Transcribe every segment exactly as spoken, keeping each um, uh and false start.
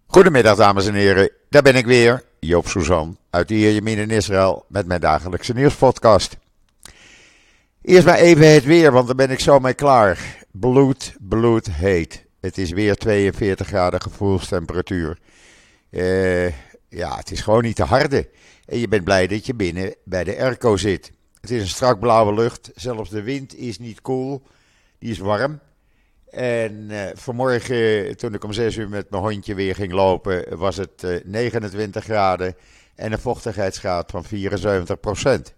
Goedemiddag dames en heren, daar ben ik weer, Joop Suzan uit Ierjemien in Israël met mijn dagelijkse nieuwspodcast. Eerst maar even het weer, want dan ben ik zo mee klaar. Bloed, bloed heet. Het is weer tweeënveertig graden gevoelstemperatuur. Uh, ja, het is gewoon niet te harde. En je bent blij dat je binnen bij de airco zit. Het is een strak blauwe lucht, zelfs de wind is niet koel, die is warm. En uh, vanmorgen, toen ik om zes uur met mijn hondje weer ging lopen, was het uh, negenentwintig graden en een vochtigheidsgraad van vierenzeventig procent.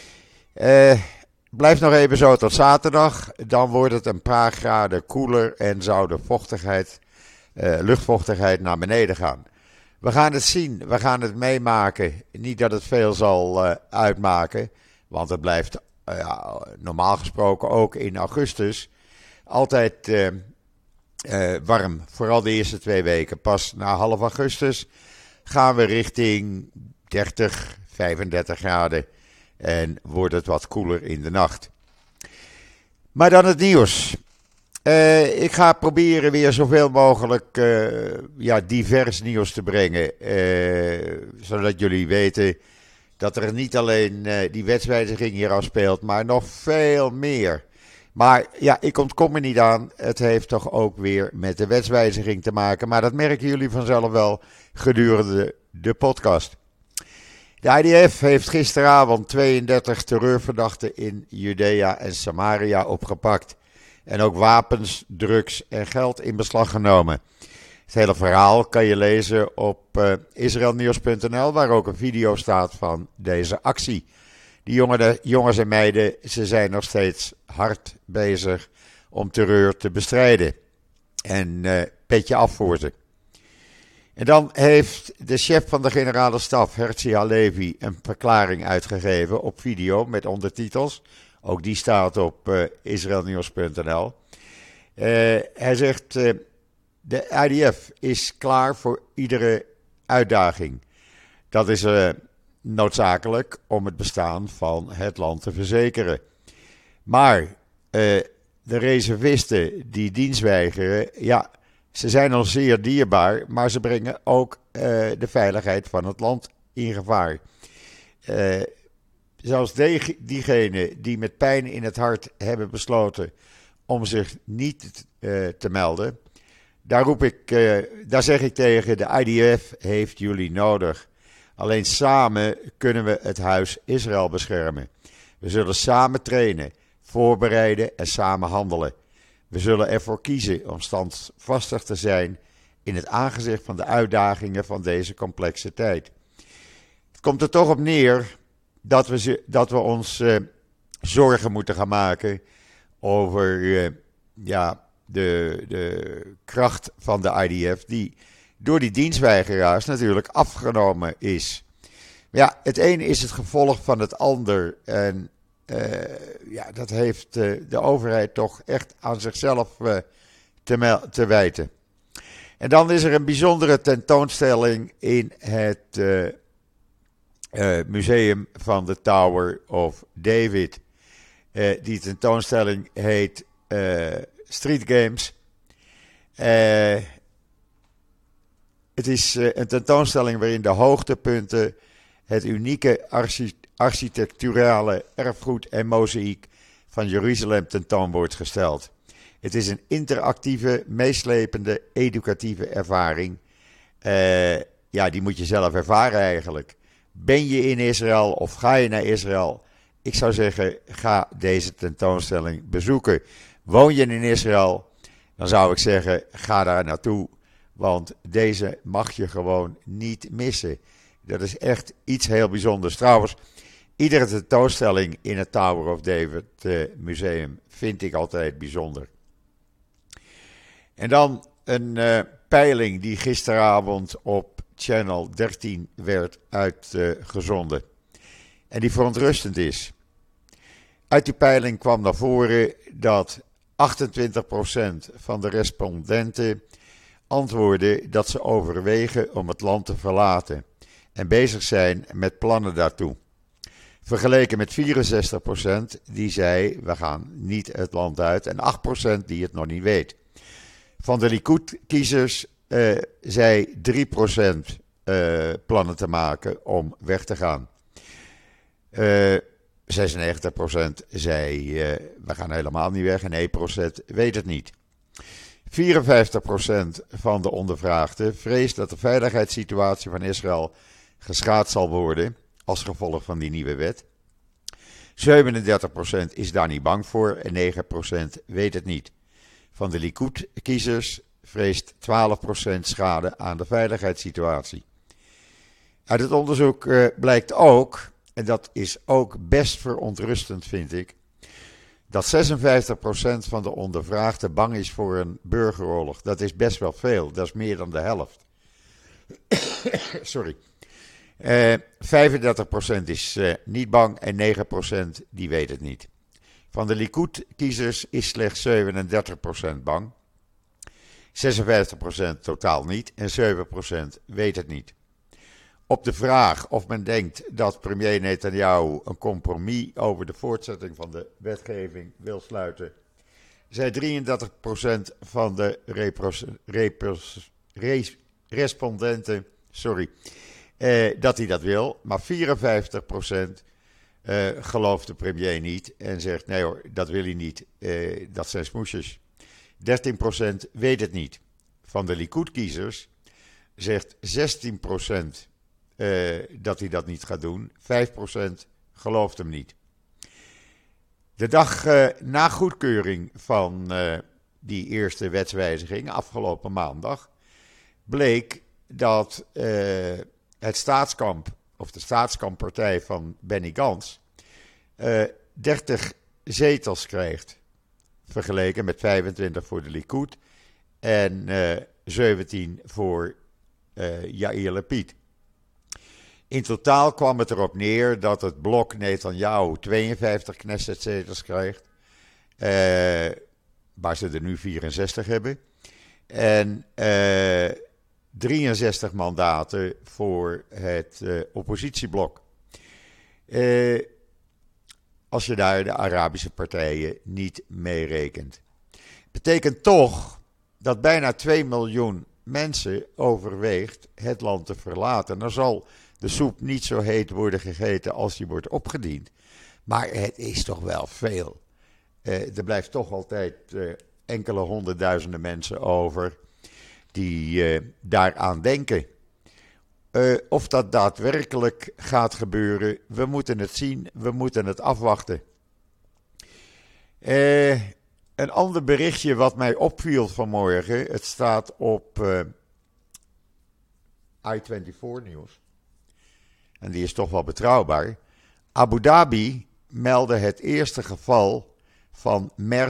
Uh, blijft nog even zo tot zaterdag, dan wordt het een paar graden koeler en zou de vochtigheid, uh, luchtvochtigheid naar beneden gaan. We gaan het zien, we gaan het meemaken. Niet dat het veel zal uh, uitmaken, want het blijft uh, ja, normaal gesproken ook in augustus altijd uh, uh, warm, vooral de eerste twee weken. Pas na half augustus gaan we richting dertig, vijfendertig graden en wordt het wat koeler in de nacht. Maar dan het nieuws. Uh, ik ga proberen weer zoveel mogelijk uh, ja, divers nieuws te brengen, uh, zodat jullie weten dat er niet alleen uh, die wetswijziging hier afspeelt, maar nog veel meer. Maar ja, ik ontkom er niet aan. Het heeft toch ook weer met de wetswijziging te maken. Maar dat merken jullie vanzelf wel gedurende de podcast. De I D F heeft gisteravond tweeëndertig terreurverdachten in Judea en Samaria opgepakt. En ook wapens, drugs en geld in beslag genomen. Het hele verhaal kan je lezen op uh, israelnieuws punt n l, waar ook een video staat van deze actie. Die jongen, jongens en meiden, ze zijn nog steeds hard bezig om terreur te bestrijden. En uh, petje af voor ze. En dan heeft de chef van de generale staf, Herzi Halevi, een verklaring uitgegeven op video met ondertitels. Ook die staat op uh, israelnieuws punt n l. Uh, hij zegt, uh, de I D F is klaar voor iedere uitdaging. Dat is uh, noodzakelijk om het bestaan van het land te verzekeren. Maar uh, de reservisten die dienst weigeren, ja, ze zijn al zeer dierbaar, maar ze brengen ook uh, de veiligheid van het land in gevaar. Uh, zelfs die, diegenen die met pijn in het hart hebben besloten om zich niet uh, te melden, daar roep ik, uh, daar zeg ik tegen, de I D F heeft jullie nodig. Alleen samen kunnen we het huis Israël beschermen. We zullen samen trainen, voorbereiden en samen handelen. We zullen ervoor kiezen om standvastig te zijn in het aangezicht van de uitdagingen van deze complexe tijd. Het komt er toch op neer dat we, dat we ons uh, zorgen moeten gaan maken over uh, ja, de, de kracht van de I D F, die door die dienstweigeraars natuurlijk afgenomen is. Maar ja, het ene is het gevolg van het ander. En uh, ja, dat heeft uh, de overheid toch echt aan zichzelf uh, te, mel- te wijten. En dan is er een bijzondere tentoonstelling in het uh, uh, museum van de Tower of David. Uh, die tentoonstelling heet uh, Street Games. Uh, Het is uh, een tentoonstelling waarin de hoogtepunten, het unieke archi- architecturale erfgoed en mozaïek van Jeruzalem tentoon wordt gesteld. Het is een interactieve, meeslepende, educatieve ervaring. Uh, ja, die moet je zelf ervaren eigenlijk. Ben je in Israël of ga je naar Israël? Ik zou zeggen, ga deze tentoonstelling bezoeken. Woon je in Israël? Dan zou ik zeggen, ga daar naartoe. Want deze mag je gewoon niet missen. Dat is echt iets heel bijzonders. Trouwens, iedere tentoonstelling in het Tower of David uh, museum vind ik altijd bijzonder. En dan een uh, peiling die gisteravond op Channel dertien werd uitgezonden. Uh, en die verontrustend is. Uit die peiling kwam naar voren dat achtentwintig procent van de respondenten antwoorden dat ze overwegen om het land te verlaten en bezig zijn met plannen daartoe. Vergeleken met vierenzestig procent die zei, we gaan niet het land uit, en acht procent die het nog niet weet. Van de Likud-kiezers uh, zij drie procent uh, plannen te maken om weg te gaan. Uh, zesennegentig procent zei, uh, we gaan helemaal niet weg en één procent weet het niet. vierenvijftig procent van de ondervraagden vreest dat de veiligheidssituatie van Israël geschaad zal worden als gevolg van die nieuwe wet. zevenendertig procent is daar niet bang voor en negen procent weet het niet. Van de Likud-kiezers vreest twaalf procent schade aan de veiligheidssituatie. Uit het onderzoek uh, blijkt ook, en dat is ook best verontrustend vind ik, dat zesenvijftig procent van de ondervraagden bang is voor een burgeroorlog. Dat is best wel veel, dat is meer dan de helft. Sorry. Uh, vijfendertig procent is uh, niet bang en negen procent die weet het niet. Van de Likud-kiezers is slechts zevenendertig procent bang. zesenvijftig procent totaal niet en zeven procent weet het niet. Op de vraag of men denkt dat premier Netanyahu een compromis over de voortzetting van de wetgeving wil sluiten, zei drieëndertig procent van de repros, repros, res, respondenten sorry, eh, dat hij dat wil, maar vierenvijftig procent eh, gelooft de premier niet en zegt nee hoor, dat wil hij niet, eh, dat zijn smoesjes. dertien procent weet het niet. Van de Likud-kiezers zegt zestien procent uh, dat hij dat niet gaat doen. vijf procent gelooft hem niet. De dag uh, na goedkeuring van uh, die eerste wetswijziging, afgelopen maandag, bleek dat uh, het staatskamp, of de staatskamppartij van Benny Gantz, uh, dertig zetels krijgt. Vergeleken met vijfentwintig voor de Likud en uh, zeventien voor uh, Yair Lapid. In totaal kwam het erop neer dat het blok Netanyahu tweeënvijftig Knessetzetels krijgt, uh, waar ze er nu vierenzestig hebben, en uh, drieënzestig mandaten voor het uh, oppositieblok. Uh, Als je daar de Arabische partijen niet mee rekent. Betekent toch dat bijna twee miljoen mensen overweegt het land te verlaten. Dan zal de soep niet zo heet worden gegeten als die wordt opgediend. Maar het is toch wel veel. Uh, er blijft toch altijd uh, enkele honderdduizenden mensen over die uh, daaraan denken. Uh, of dat daadwerkelijk gaat gebeuren, we moeten het zien, we moeten het afwachten. Uh, een ander berichtje wat mij opviel vanmorgen, het staat op uh, i vierentwintig nieuws. En die is toch wel betrouwbaar. Abu Dhabi meldde het eerste geval van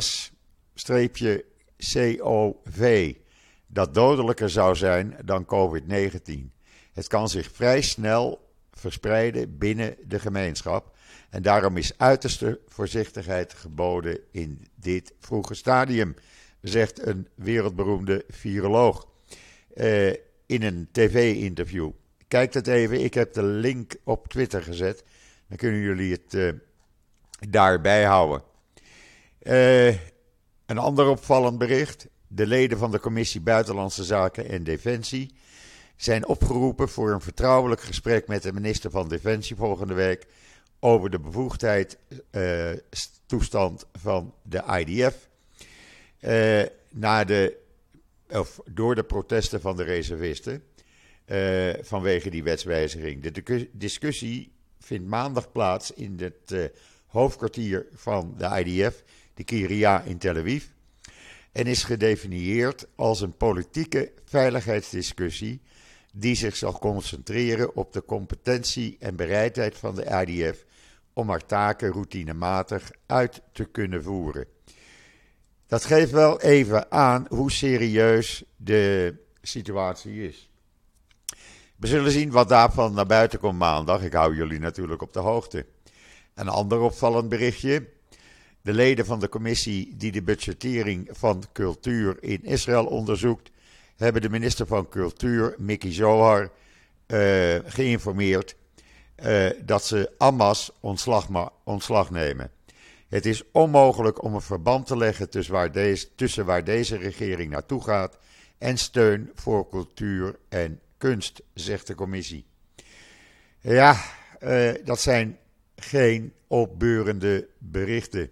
MERS-C O V, dat dodelijker zou zijn dan covid negentien. Het kan zich vrij snel verspreiden binnen de gemeenschap. En daarom is uiterste voorzichtigheid geboden in dit vroege stadium, zegt een wereldberoemde viroloog uh, in een tv-interview. Kijk het even, ik heb de link op Twitter gezet. Dan kunnen jullie het uh, daarbij houden. Uh, een ander opvallend bericht. De leden van de Commissie Buitenlandse Zaken en Defensie zijn opgeroepen voor een vertrouwelijk gesprek met de minister van Defensie volgende week over de bevoegdheid uh, toestand van de I D F uh, na de, of door de protesten van de reservisten uh, vanwege die wetswijziging. De discussie vindt maandag plaats in het uh, hoofdkwartier van de I D F, de Kiria in Tel Aviv, en is gedefinieerd als een politieke veiligheidsdiscussie die zich zal concentreren op de competentie en bereidheid van de I D F om haar taken routinematig uit te kunnen voeren. Dat geeft wel even aan hoe serieus de situatie is. We zullen zien wat daarvan naar buiten komt maandag. Ik hou jullie natuurlijk op de hoogte. Een ander opvallend berichtje. De leden van de commissie die de budgettering van cultuur in Israël onderzoekt, hebben de minister van Cultuur, Miki Zohar, uh, geïnformeerd uh, dat ze en masse ontslag, ma- ontslag nemen. Het is onmogelijk om een verband te leggen tussen waar, deze, tussen waar deze regering naartoe gaat en steun voor cultuur en kunst, zegt de commissie. Ja, uh, dat zijn geen opbeurende berichten.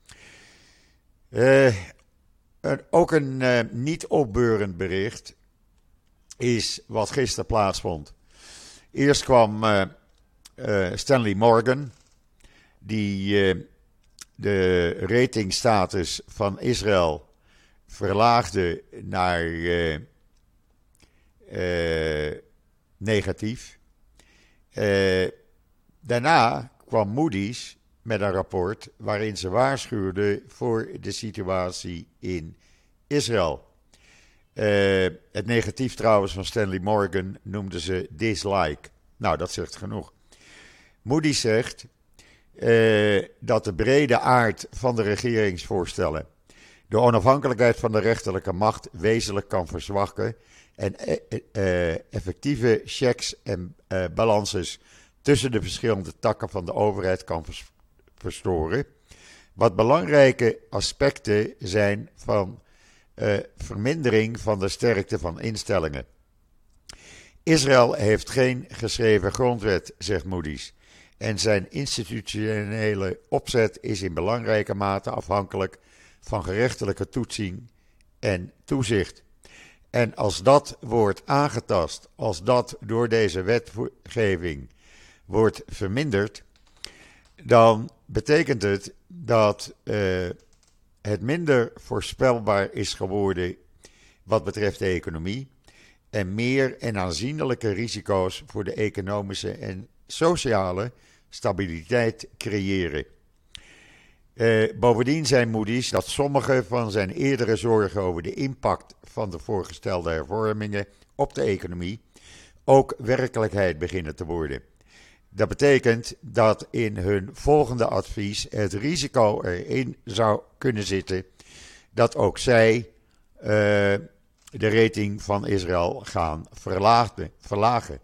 Uh, een, ook een uh, niet opbeurend bericht is wat gisteren plaatsvond. Eerst kwam uh, uh, Stanley Morgan, die uh, de ratingstatus van Israël verlaagde naar uh, uh, negatief. Uh, daarna kwam Moody's met een rapport waarin ze waarschuwde voor de situatie in Israël. Uh, het negatief trouwens van Stanley Morgan noemden ze dislike. Nou, dat zegt genoeg. Moody's zegt uh, dat de brede aard van de regeringsvoorstellen de onafhankelijkheid van de rechterlijke macht wezenlijk kan verzwakken en uh, uh, effectieve checks en uh, balances tussen de verschillende takken van de overheid kan vers- verstoren. Wat belangrijke aspecten zijn van uh, vermindering van de sterkte van instellingen. Israël heeft geen geschreven grondwet, zegt Moody's. En zijn institutionele opzet is in belangrijke mate afhankelijk van gerechtelijke toetsing en toezicht. En als dat wordt aangetast, als dat door deze wetgeving wordt verminderd, dan betekent het dat uh, het minder voorspelbaar is geworden wat betreft de economie en meer en aanzienlijke risico's voor de economische en sociale stabiliteit creëren. Uh, bovendien zei Moody's dat sommige van zijn eerdere zorgen over de impact van de voorgestelde hervormingen op de economie ook werkelijkheid beginnen te worden. Dat betekent dat in hun volgende advies het risico erin zou kunnen zitten dat ook zij uh, de rating van Israël gaan verlagen. verlagen.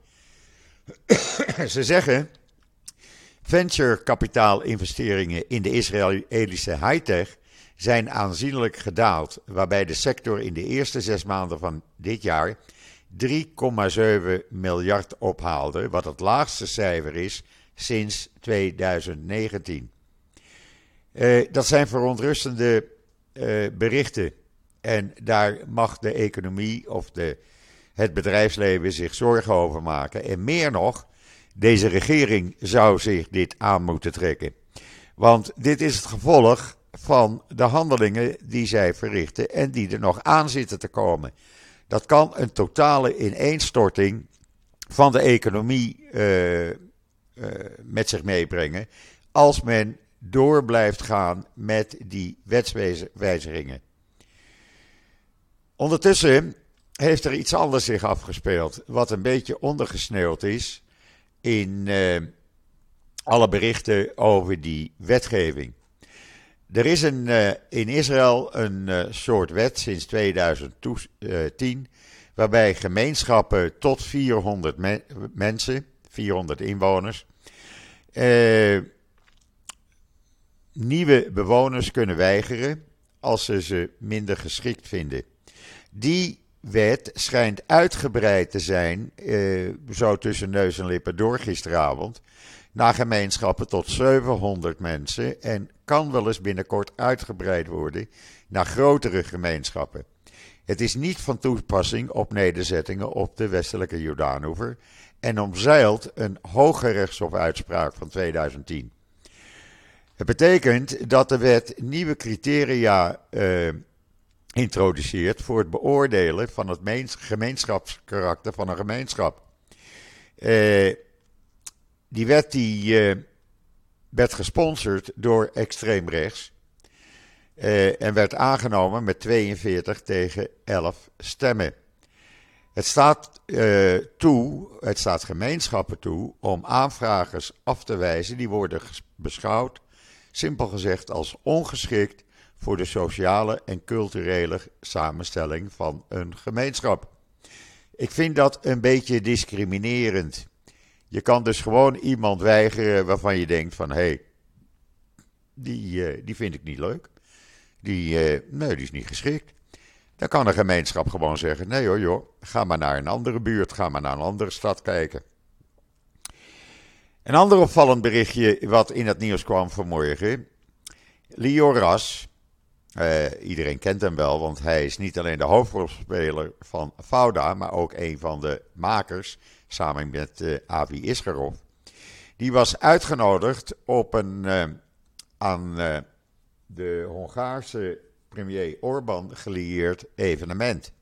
Ze zeggen venture kapitaalinvesteringen in de Israëlische high-tech zijn aanzienlijk gedaald, waarbij de sector in de eerste zes maanden van dit jaar drie komma zeven miljard ophaalde, wat het laagste cijfer is sinds tweeduizend negentien. Uh, dat zijn verontrustende uh, berichten en daar mag de economie of de, het bedrijfsleven zich zorgen over maken. En meer nog, deze regering zou zich dit aan moeten trekken. Want dit is het gevolg van de handelingen die zij verrichten en die er nog aan zitten te komen. Dat kan een totale ineenstorting van de economie uh, uh, met zich meebrengen als men door blijft gaan met die wetswijzigingen. Ondertussen heeft er iets anders zich afgespeeld, wat een beetje ondergesneeuwd is in uh, alle berichten over die wetgeving. Er is een, uh, in Israël een uh, soort wet sinds tweeduizend tien, waarbij gemeenschappen tot vierhonderd me- mensen, vierhonderd inwoners, uh, nieuwe bewoners kunnen weigeren als ze ze minder geschikt vinden. Die wet schijnt uitgebreid te zijn, uh, zo tussen neus en lippen door gisteravond, naar gemeenschappen tot zevenhonderd mensen en kan wel eens binnenkort uitgebreid worden naar grotere gemeenschappen. Het is niet van toepassing op nederzettingen op de westelijke Jordaanoever en omzeilt een Hooggerechtshof-uitspraak van tweeduizend tien. Het betekent dat de wet nieuwe criteria uh, introduceert voor het beoordelen van het gemeenschapskarakter van een gemeenschap. Uh, die wet die, uh, werd gesponsord door extreem rechts uh, en werd aangenomen met tweeënveertig tegen elf stemmen. Het staat uh, toe, het staat gemeenschappen toe om aanvragers af te wijzen die worden beschouwd, simpel gezegd, als ongeschikt voor de sociale en culturele samenstelling van een gemeenschap. Ik vind dat een beetje discriminerend. Je kan dus gewoon iemand weigeren waarvan je denkt van, hé, hey, die, uh, die vind ik niet leuk. Die, uh, nee, die is niet geschikt. dan kan de gemeenschap gewoon zeggen: nee hoor, joh, ga maar naar een andere buurt, ga maar naar een andere stad kijken. Een ander opvallend berichtje wat in het nieuws kwam vanmorgen. Lior Ras, uh, iedereen kent hem wel, want hij is niet alleen de hoofdrolspeler van Fauda, maar ook een van de makers, samen met uh, Avi Isgerov. Die was uitgenodigd op een uh, aan uh, de Hongaarse premier Orbán gelieerd evenement.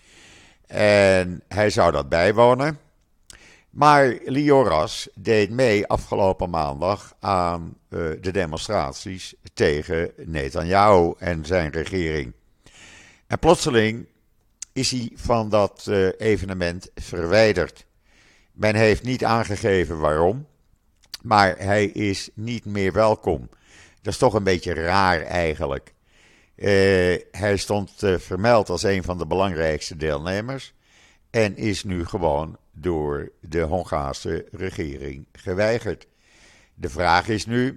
En hij zou dat bijwonen. Maar Lior Ras deed mee afgelopen maandag aan uh, de demonstraties tegen Netanyahu en zijn regering. En plotseling is hij van dat uh, evenement verwijderd. Men heeft niet aangegeven waarom, maar hij is niet meer welkom. Dat is toch een beetje raar eigenlijk. Uh, hij stond uh, vermeld als een van de belangrijkste deelnemers en is nu gewoon door de Hongaarse regering geweigerd. De vraag is nu,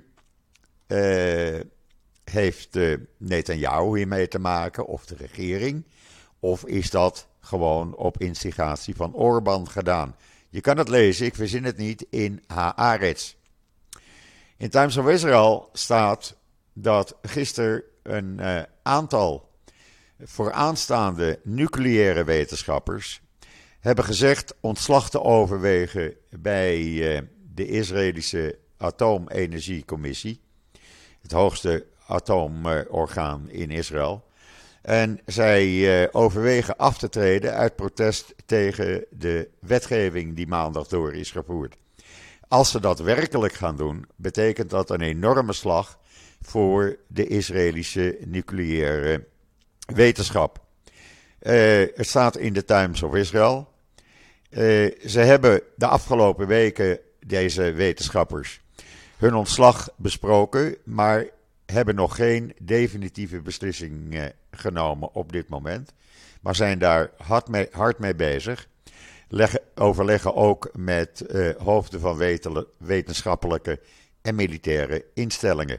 uh, heeft uh, Netanyahu hiermee te maken of de regering? Of is dat gewoon op instigatie van Orbán gedaan? Je kan het lezen, ik verzin het niet, in Haaretz. In Times of Israel staat dat gisteren een uh, aantal vooraanstaande nucleaire wetenschappers hebben gezegd ontslag te overwegen bij uh, de Israëlische Atoomenergiecommissie, het hoogste atoomorgaan in Israël. En zij uh, overwegen af te treden uit protest tegen de wetgeving die maandag door is gevoerd. Als ze dat werkelijk gaan doen, betekent dat een enorme slag voor de Israëlische nucleaire wetenschap. Uh, het staat in de Times of Israel. Uh, ze hebben de afgelopen weken, deze wetenschappers, hun ontslag besproken, maar hebben nog geen definitieve beslissing uh, genomen op dit moment. Maar zijn daar hard mee, hard mee bezig. Leggen, overleggen ook met uh, hoofden van wetele, wetenschappelijke en militaire instellingen.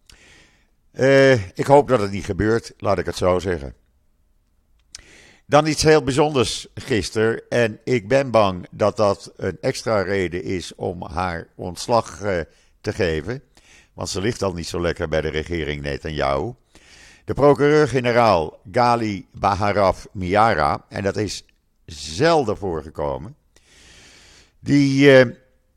Uh, ik hoop dat het niet gebeurt, laat ik het zo zeggen. Dan iets heel bijzonders gisteren. En ik ben bang dat dat een extra reden is om haar ontslag uh, te geven. Want ze ligt al niet zo lekker bij de regering Netanyahu. De procureur-generaal Gali Baharav Miara, en dat is zelden voorgekomen, die uh,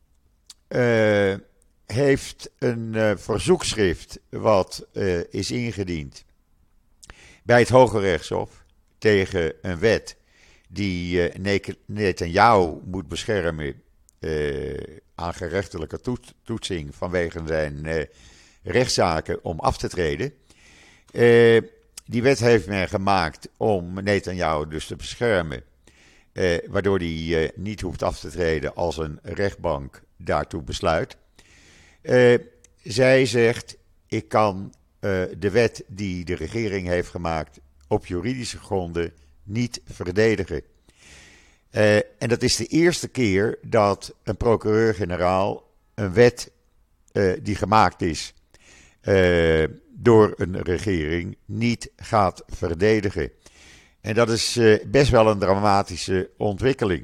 uh, heeft een uh, verzoekschrift wat uh, is ingediend bij het Hoge Rechtshof tegen een wet die uh, Netanyahu moet beschermen uh, aan gerechtelijke toets, toetsing vanwege zijn uh, rechtszaken om af te treden. Uh, die wet heeft men gemaakt om Netanyahu dus te beschermen, uh, waardoor hij uh, niet hoeft af te treden als een rechtbank daartoe besluit. Uh, zij zegt, ik kan uh, de wet die de regering heeft gemaakt op juridische gronden niet verdedigen. Uh, en dat is de eerste keer dat een procureur-generaal een wet uh, die gemaakt is uh, door een regering niet gaat verdedigen. En dat is uh, best wel een dramatische ontwikkeling.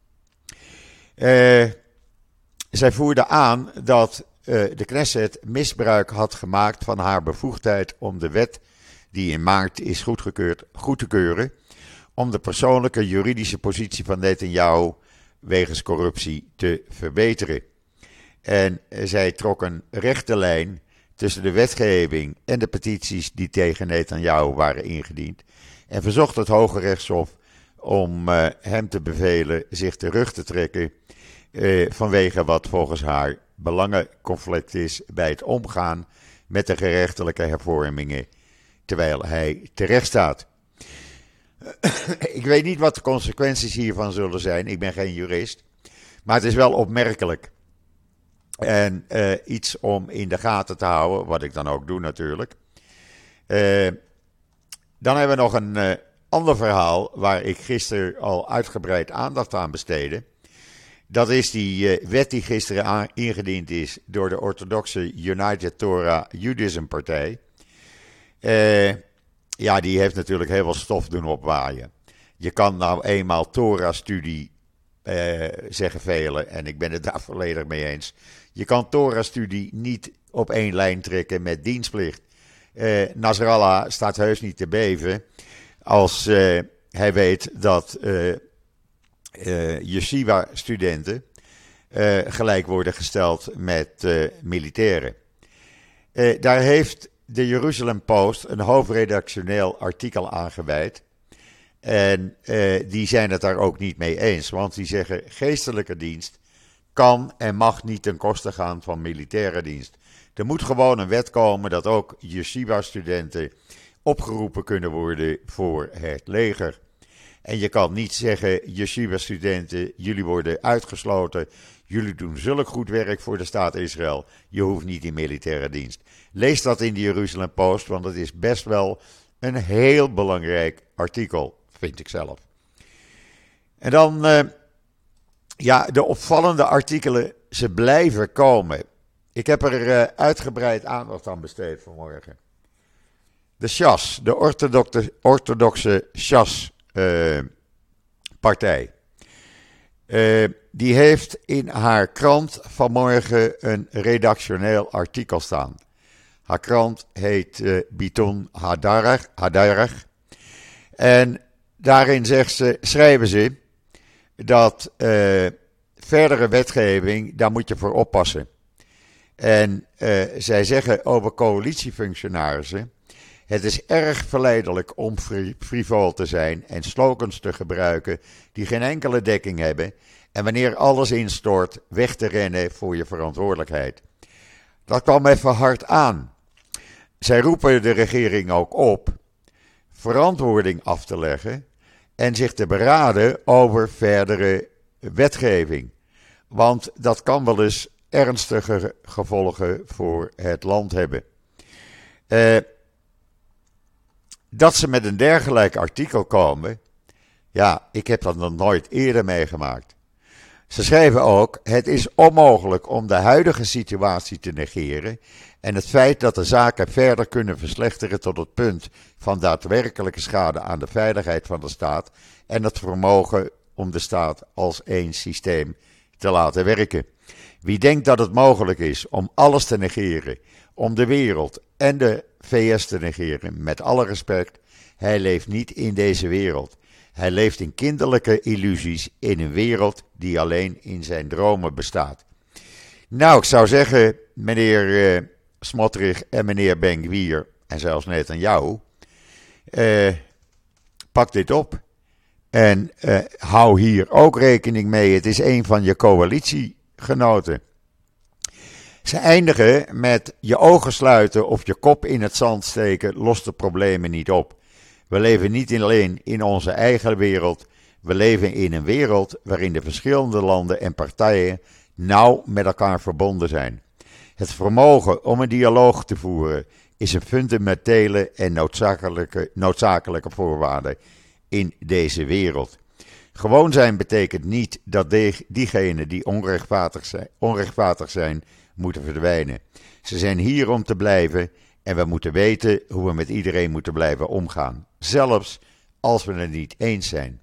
Uh, zij voerde aan dat uh, de Knesset misbruik had gemaakt van haar bevoegdheid om de wet die in maart is goedgekeurd goed te keuren, om de persoonlijke juridische positie van Netanyahu wegens corruptie te verbeteren. En zij trok een rechte lijn tussen de wetgeving en de petities die tegen Netanyahu waren ingediend en verzocht het Hoge Rechtshof om uh, hem te bevelen zich terug te trekken uh, vanwege wat volgens haar belangenconflict is bij het omgaan met de gerechtelijke hervormingen terwijl hij terecht staat. Ik weet niet wat de consequenties hiervan zullen zijn. Ik ben geen jurist. Maar het is wel opmerkelijk. En uh, iets om in de gaten te houden. Wat ik dan ook doe natuurlijk. Uh, dan hebben we nog een uh, ander verhaal. Waar ik gisteren al uitgebreid aandacht aan besteedde. Dat is die uh, wet die gisteren aan, ingediend is door de orthodoxe United Torah Judaism Partij. Uh, ja, die heeft natuurlijk heel veel stof doen opwaaien. Je kan nou eenmaal Torah-studie, eh, zeggen velen, en ik ben het daar volledig mee eens. Je kan Torah-studie niet op één lijn trekken met dienstplicht. Eh, Nasrallah staat heus niet te beven als uh, hij weet dat uh, uh, yeshiva-studenten uh, gelijk worden gesteld met uh, militairen. Uh, daar heeft de Jerusalem Post een hoofdredactioneel artikel aan gewijd. En uh, die zijn het daar ook niet mee eens, want die zeggen geestelijke dienst kan en mag niet ten koste gaan van militaire dienst. Er moet gewoon een wet komen dat ook yeshiva-studenten opgeroepen kunnen worden voor het leger. En je kan niet zeggen, yeshiva-studenten, jullie worden uitgesloten, jullie doen zulk goed werk voor de staat Israël, je hoeft niet in militaire dienst. Lees dat in de Jerusalem Post, want het is best wel een heel belangrijk artikel, vind ik zelf. En dan, uh, ja, de opvallende artikelen, ze blijven komen. Ik heb er uh, uitgebreid aandacht aan besteed vanmorgen. De Shas, de orthodoxe, orthodoxe Shas-partij, uh, uh, die heeft in haar krant vanmorgen een redactioneel artikel staan. Haar krant heet uh, Biton Hadarach, Hadarach. En daarin zegt ze, schrijven ze dat uh, verdere wetgeving, daar moet je voor oppassen. En uh, zij zeggen over coalitiefunctionarissen, het is erg verleidelijk om frivol te zijn en slogans te gebruiken die geen enkele dekking hebben en wanneer alles instort weg te rennen voor je verantwoordelijkheid. Dat kwam even hard aan. Zij roepen de regering ook op verantwoording af te leggen en zich te beraden over verdere wetgeving. Want dat kan wel eens ernstige gevolgen voor het land hebben. Uh, dat ze met een dergelijk artikel komen, ja, ik heb dat nog nooit eerder meegemaakt. Ze schrijven ook, het is onmogelijk om de huidige situatie te negeren en het feit dat de zaken verder kunnen verslechteren tot het punt van daadwerkelijke schade aan de veiligheid van de staat en het vermogen om de staat als één systeem te laten werken. Wie denkt dat het mogelijk is om alles te negeren, om de wereld en de V S te negeren, met alle respect, hij leeft niet in deze wereld. Hij leeft in kinderlijke illusies in een wereld die alleen in zijn dromen bestaat. Nou, ik zou zeggen, meneer uh, Smotrich en meneer Ben-Gvir en zelfs Netanyahu, uh, pak dit op en uh, hou hier ook rekening mee. Het is een van je coalitiegenoten. Ze eindigen met je ogen sluiten of je kop in het zand steken, lost de problemen niet op. We leven niet alleen in onze eigen wereld, we leven in een wereld waarin de verschillende landen en partijen nauw met elkaar verbonden zijn. Het vermogen om een dialoog te voeren is een fundamentele en noodzakelijke, noodzakelijke voorwaarde in deze wereld. Gewoon zijn betekent niet dat de, diegenen die onrechtvaardig zijn, onrechtvaardig zijn, moeten verdwijnen. Ze zijn hier om te blijven en we moeten weten hoe we met iedereen moeten blijven omgaan. Zelfs als we het niet eens zijn.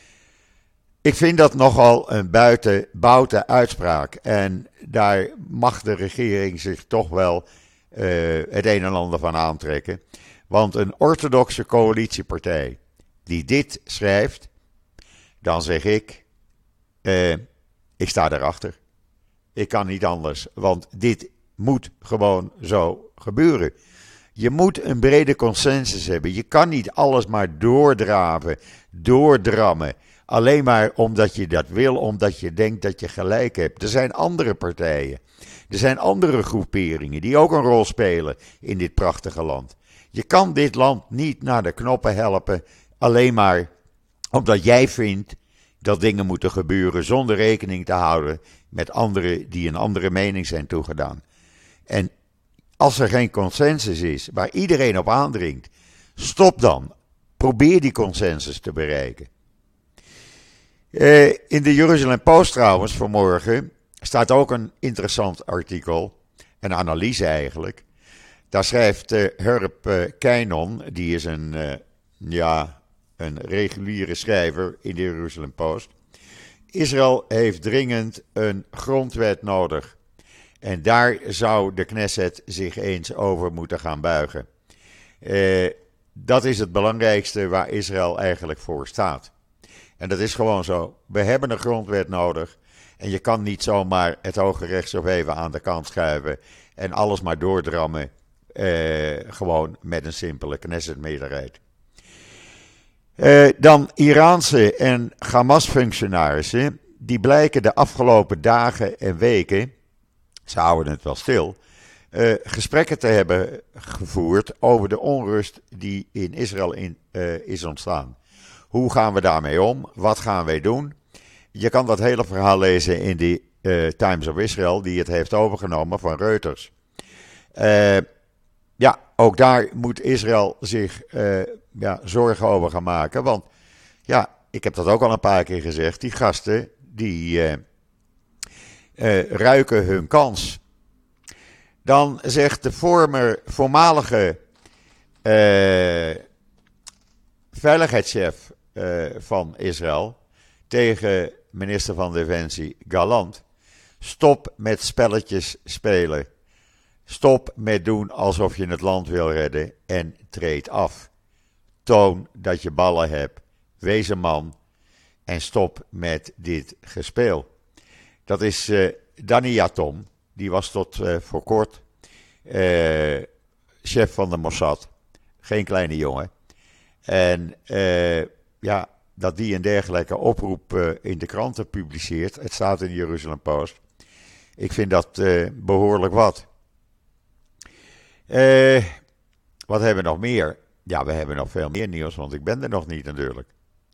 Ik vind dat nogal een buiten, buiten uitspraak. En daar mag de regering zich toch wel uh, het een en ander van aantrekken. Want een orthodoxe coalitiepartij die dit schrijft, dan zeg ik, uh, ik sta erachter. Ik kan niet anders, want dit moet gewoon zo gebeuren. Je moet een brede consensus hebben. Je kan niet alles maar doordraven, doordrammen. Alleen maar omdat je dat wil, omdat je denkt dat je gelijk hebt. Er zijn andere partijen. Er zijn andere groeperingen die ook een rol spelen in dit prachtige land. Je kan dit land niet naar de knoppen helpen, alleen maar omdat jij vindt dat dingen moeten gebeuren zonder rekening te houden met anderen die een andere mening zijn toegedaan. En als er geen consensus is waar iedereen op aandringt, stop dan. Probeer die consensus te bereiken. Uh, in de Jerusalem Post trouwens vanmorgen staat ook een interessant artikel, een analyse eigenlijk. Daar schrijft uh, Herb uh, Keinon, die is een, uh, ja, een reguliere schrijver in de Jerusalem Post. Israël heeft dringend een grondwet nodig. En daar zou de Knesset zich eens over moeten gaan buigen. Uh, dat is het belangrijkste waar Israël eigenlijk voor staat. En dat is gewoon zo. We hebben een grondwet nodig. En je kan niet zomaar het Hoge Rechtshof even aan de kant schuiven en alles maar doordrammen. Uh, gewoon met een simpele Knesset-meerderheid. Uh, dan Iraanse en Hamas-functionarissen. Die blijken de afgelopen dagen en weken, ze houden het wel stil, uh, gesprekken te hebben gevoerd over de onrust die in Israël in, uh, is ontstaan. Hoe gaan we daarmee om? Wat gaan wij doen? Je kan dat hele verhaal lezen in de uh, Times of Israel, die het heeft overgenomen van Reuters. Uh, ja, ook daar moet Israël zich uh, ja, zorgen over gaan maken. Want ja, ik heb dat ook al een paar keer gezegd, die gasten die uh, uh, ruiken hun kans. Dan zegt de former, voormalige uh, veiligheidschef uh, van Israël tegen minister van Defensie Gallant: stop met spelletjes spelen. Stop met doen alsof je het land wil redden en treed af. Toon dat je ballen hebt. Wees een man en stop met dit gespeel. Dat is uh, Danny Yatom. Die was tot uh, voor kort uh, chef van de Mossad. Geen kleine jongen. En uh, ja, dat die een dergelijke oproep uh, in de kranten publiceert. Het staat in de Jerusalem Post. Ik vind dat uh, behoorlijk wat. Uh, wat hebben we nog meer? Ja, we hebben nog veel meer nieuws, want ik ben er nog niet natuurlijk.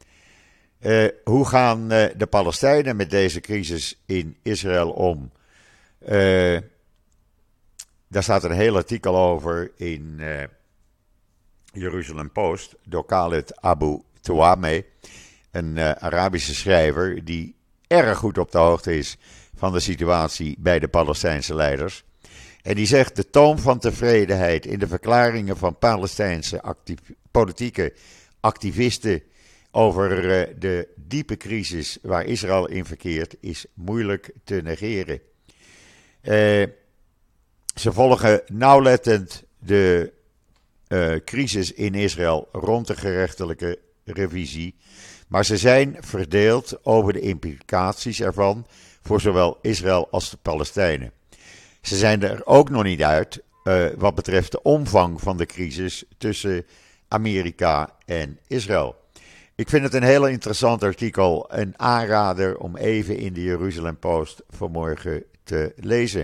Uh, hoe gaan uh, de Palestijnen met deze crisis in Israël om? Uh, daar staat een heel artikel over in uh, Jerusalem Post door Khaled Abu Tuame, een uh, Arabische schrijver die erg goed op de hoogte is van de situatie bij de Palestijnse leiders. En die zegt: de toon van tevredenheid in de verklaringen van Palestijnse actief, politieke activisten over uh, de diepe crisis waar Israël in verkeert is moeilijk te negeren. Uh, ze volgen nauwlettend de uh, crisis in Israël rond de gerechtelijke revisie, maar ze zijn verdeeld over de implicaties ervan voor zowel Israël als de Palestijnen. Ze zijn er ook nog niet uit uh, wat betreft de omvang van de crisis tussen Amerika en Israël. Ik vind het een heel interessant artikel, een aanrader om even in de Jerusalem Post vanmorgen te lezen.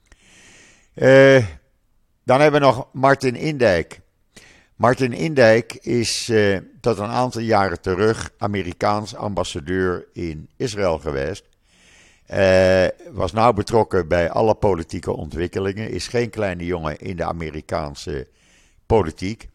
Uh, dan hebben we nog Martin Indijk. Martin Indijk is uh, tot een aantal jaren terug Amerikaans ambassadeur in Israël geweest. Uh, was nauw betrokken bij alle politieke ontwikkelingen. Is geen kleine jongen in de Amerikaanse politiek.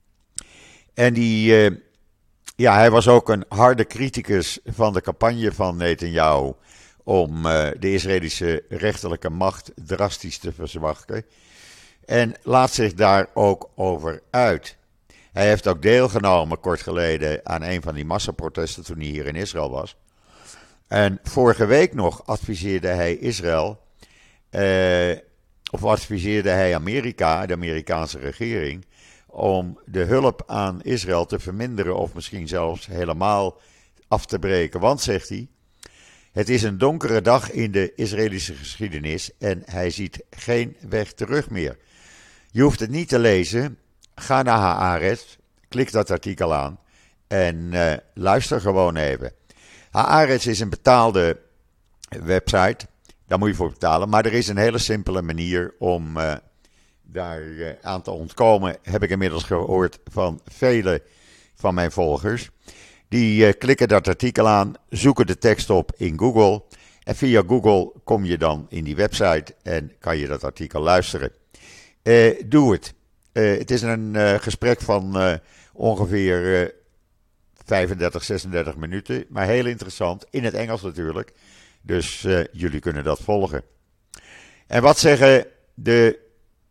En die, uh, ja, hij was ook een harde criticus van de campagne van Netanyahu om uh, de Israëlische rechterlijke macht drastisch te verzwakken. En laat zich daar ook over uit. Hij heeft ook deelgenomen kort geleden aan een van die massaprotesten toen hij hier in Israël was. En vorige week nog adviseerde hij Israël, eh, of adviseerde hij Amerika, de Amerikaanse regering, om de hulp aan Israël te verminderen of misschien zelfs helemaal af te breken. Want, zegt hij, het is een donkere dag in de Israëlische geschiedenis en hij ziet geen weg terug meer. Je hoeft het niet te lezen, ga naar Haaretz, klik dat artikel aan en uh, luister gewoon even. Haaretz is een betaalde website, daar moet je voor betalen. Maar er is een hele simpele manier om uh, daar uh, aan te ontkomen. Heb ik inmiddels gehoord van vele van mijn volgers. Die uh, klikken dat artikel aan, zoeken de tekst op in Google. En via Google kom je dan in die website en kan je dat artikel luisteren. Uh, doe het. Uh, het is een uh, gesprek van uh, ongeveer Uh, vijfendertig, zesendertig minuten, maar heel interessant, in het Engels natuurlijk, dus uh, jullie kunnen dat volgen. En wat zeggen de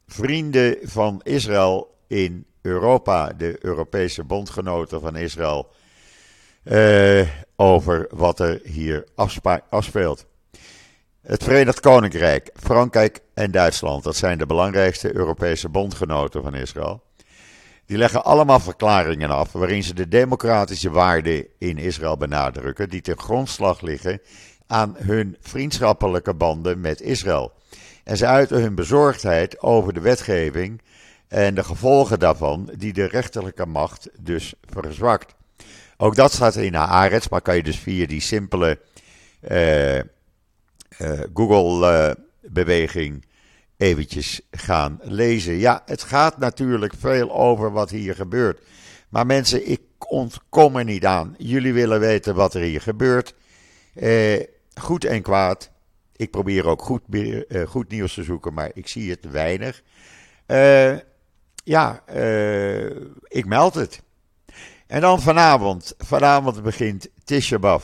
vrienden van Israël in Europa, de Europese bondgenoten van Israël, uh, over wat er hier afspa- afspeelt. Het Verenigd Koninkrijk, Frankrijk en Duitsland, dat zijn de belangrijkste Europese bondgenoten van Israël. Die leggen allemaal verklaringen af waarin ze de democratische waarden in Israël benadrukken die ten grondslag liggen aan hun vriendschappelijke banden met Israël. En ze uiten hun bezorgdheid over de wetgeving en de gevolgen daarvan die de rechterlijke macht dus verzwakt. Ook dat staat in Haaretz, maar kan je dus via die simpele uh, uh, Google-beweging uh, eventjes gaan lezen. Ja, het gaat natuurlijk veel over wat hier gebeurt. Maar mensen, ik ontkom er niet aan. Jullie willen weten wat er hier gebeurt. Uh, goed en kwaad. Ik probeer ook goed, uh, goed nieuws te zoeken, maar ik zie het weinig. Uh, ja, uh, ik meld het. En dan vanavond. Vanavond begint Tisha B'Av.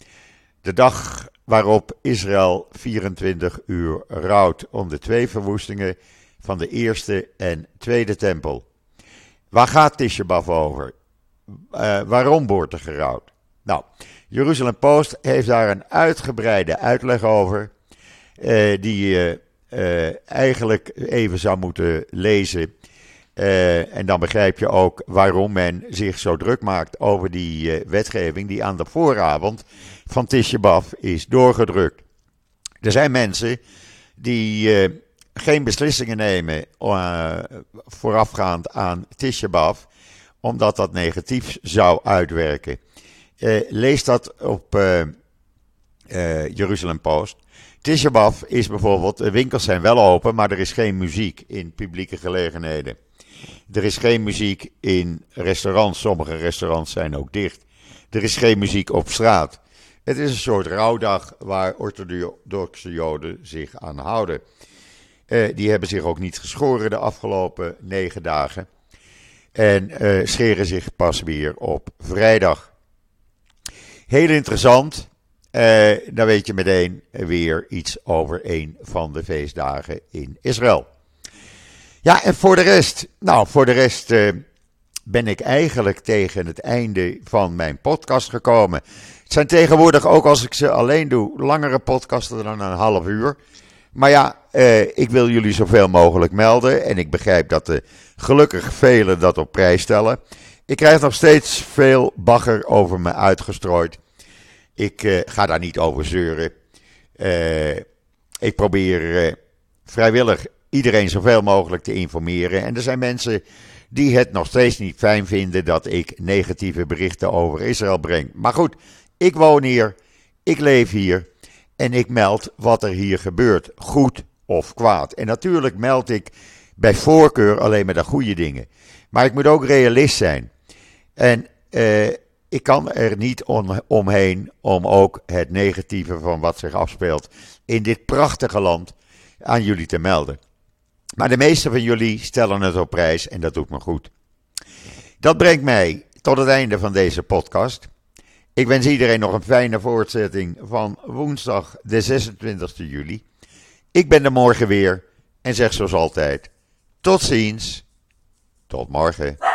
De dag waarop Israël vierentwintig uur rouwt om de twee verwoestingen van de eerste en tweede tempel. Waar gaat Tisha B'Av over? Uh, waarom wordt er gerouwd? Nou, Jeruzalem Post heeft daar een uitgebreide uitleg over, uh, die je uh, eigenlijk even zou moeten lezen. Uh, en dan begrijp je ook waarom men zich zo druk maakt over die uh, wetgeving die aan de vooravond van Tisha B'Av is doorgedrukt. Er zijn mensen die uh, geen beslissingen nemen uh, voorafgaand aan Tisha B'Av, omdat dat negatief zou uitwerken. Uh, lees dat op uh, uh, Jeruzalem Post. Tisha B'Av is bijvoorbeeld, de winkels zijn wel open, maar er is geen muziek in publieke gelegenheden. Er is geen muziek in restaurants, sommige restaurants zijn ook dicht. Er is geen muziek op straat. Het is een soort rouwdag waar orthodoxe Joden zich aan houden. Uh, die hebben zich ook niet geschoren de afgelopen negen dagen. En uh, scheren zich pas weer op vrijdag. Heel interessant. Uh, dan weet je meteen weer iets over een van de feestdagen in Israël. Ja, en voor de rest, nou, voor de rest uh, ben ik eigenlijk tegen het einde van mijn podcast gekomen. Het zijn tegenwoordig, ook als ik ze alleen doe, langere podcasten dan een half uur. Maar ja, uh, ik wil jullie zoveel mogelijk melden en ik begrijp dat de gelukkig velen dat op prijs stellen. Ik krijg nog steeds veel bagger over me uitgestrooid. Ik uh, ga daar niet over zeuren. Uh, ik probeer uh, vrijwillig iedereen zoveel mogelijk te informeren. En er zijn mensen die het nog steeds niet fijn vinden dat ik negatieve berichten over Israël breng. Maar goed, ik woon hier, ik leef hier en ik meld wat er hier gebeurt, goed of kwaad. En natuurlijk meld ik bij voorkeur alleen maar de goede dingen. Maar ik moet ook realist zijn. En uh, ik kan er niet om, omheen om ook het negatieve van wat zich afspeelt in dit prachtige land aan jullie te melden. Maar de meeste van jullie stellen het op prijs en dat doet me goed. Dat brengt mij tot het einde van deze podcast. Ik wens iedereen nog een fijne voortzetting van woensdag de zesentwintigste juli. Ik ben er morgen weer en zeg zoals altijd, tot ziens, tot morgen.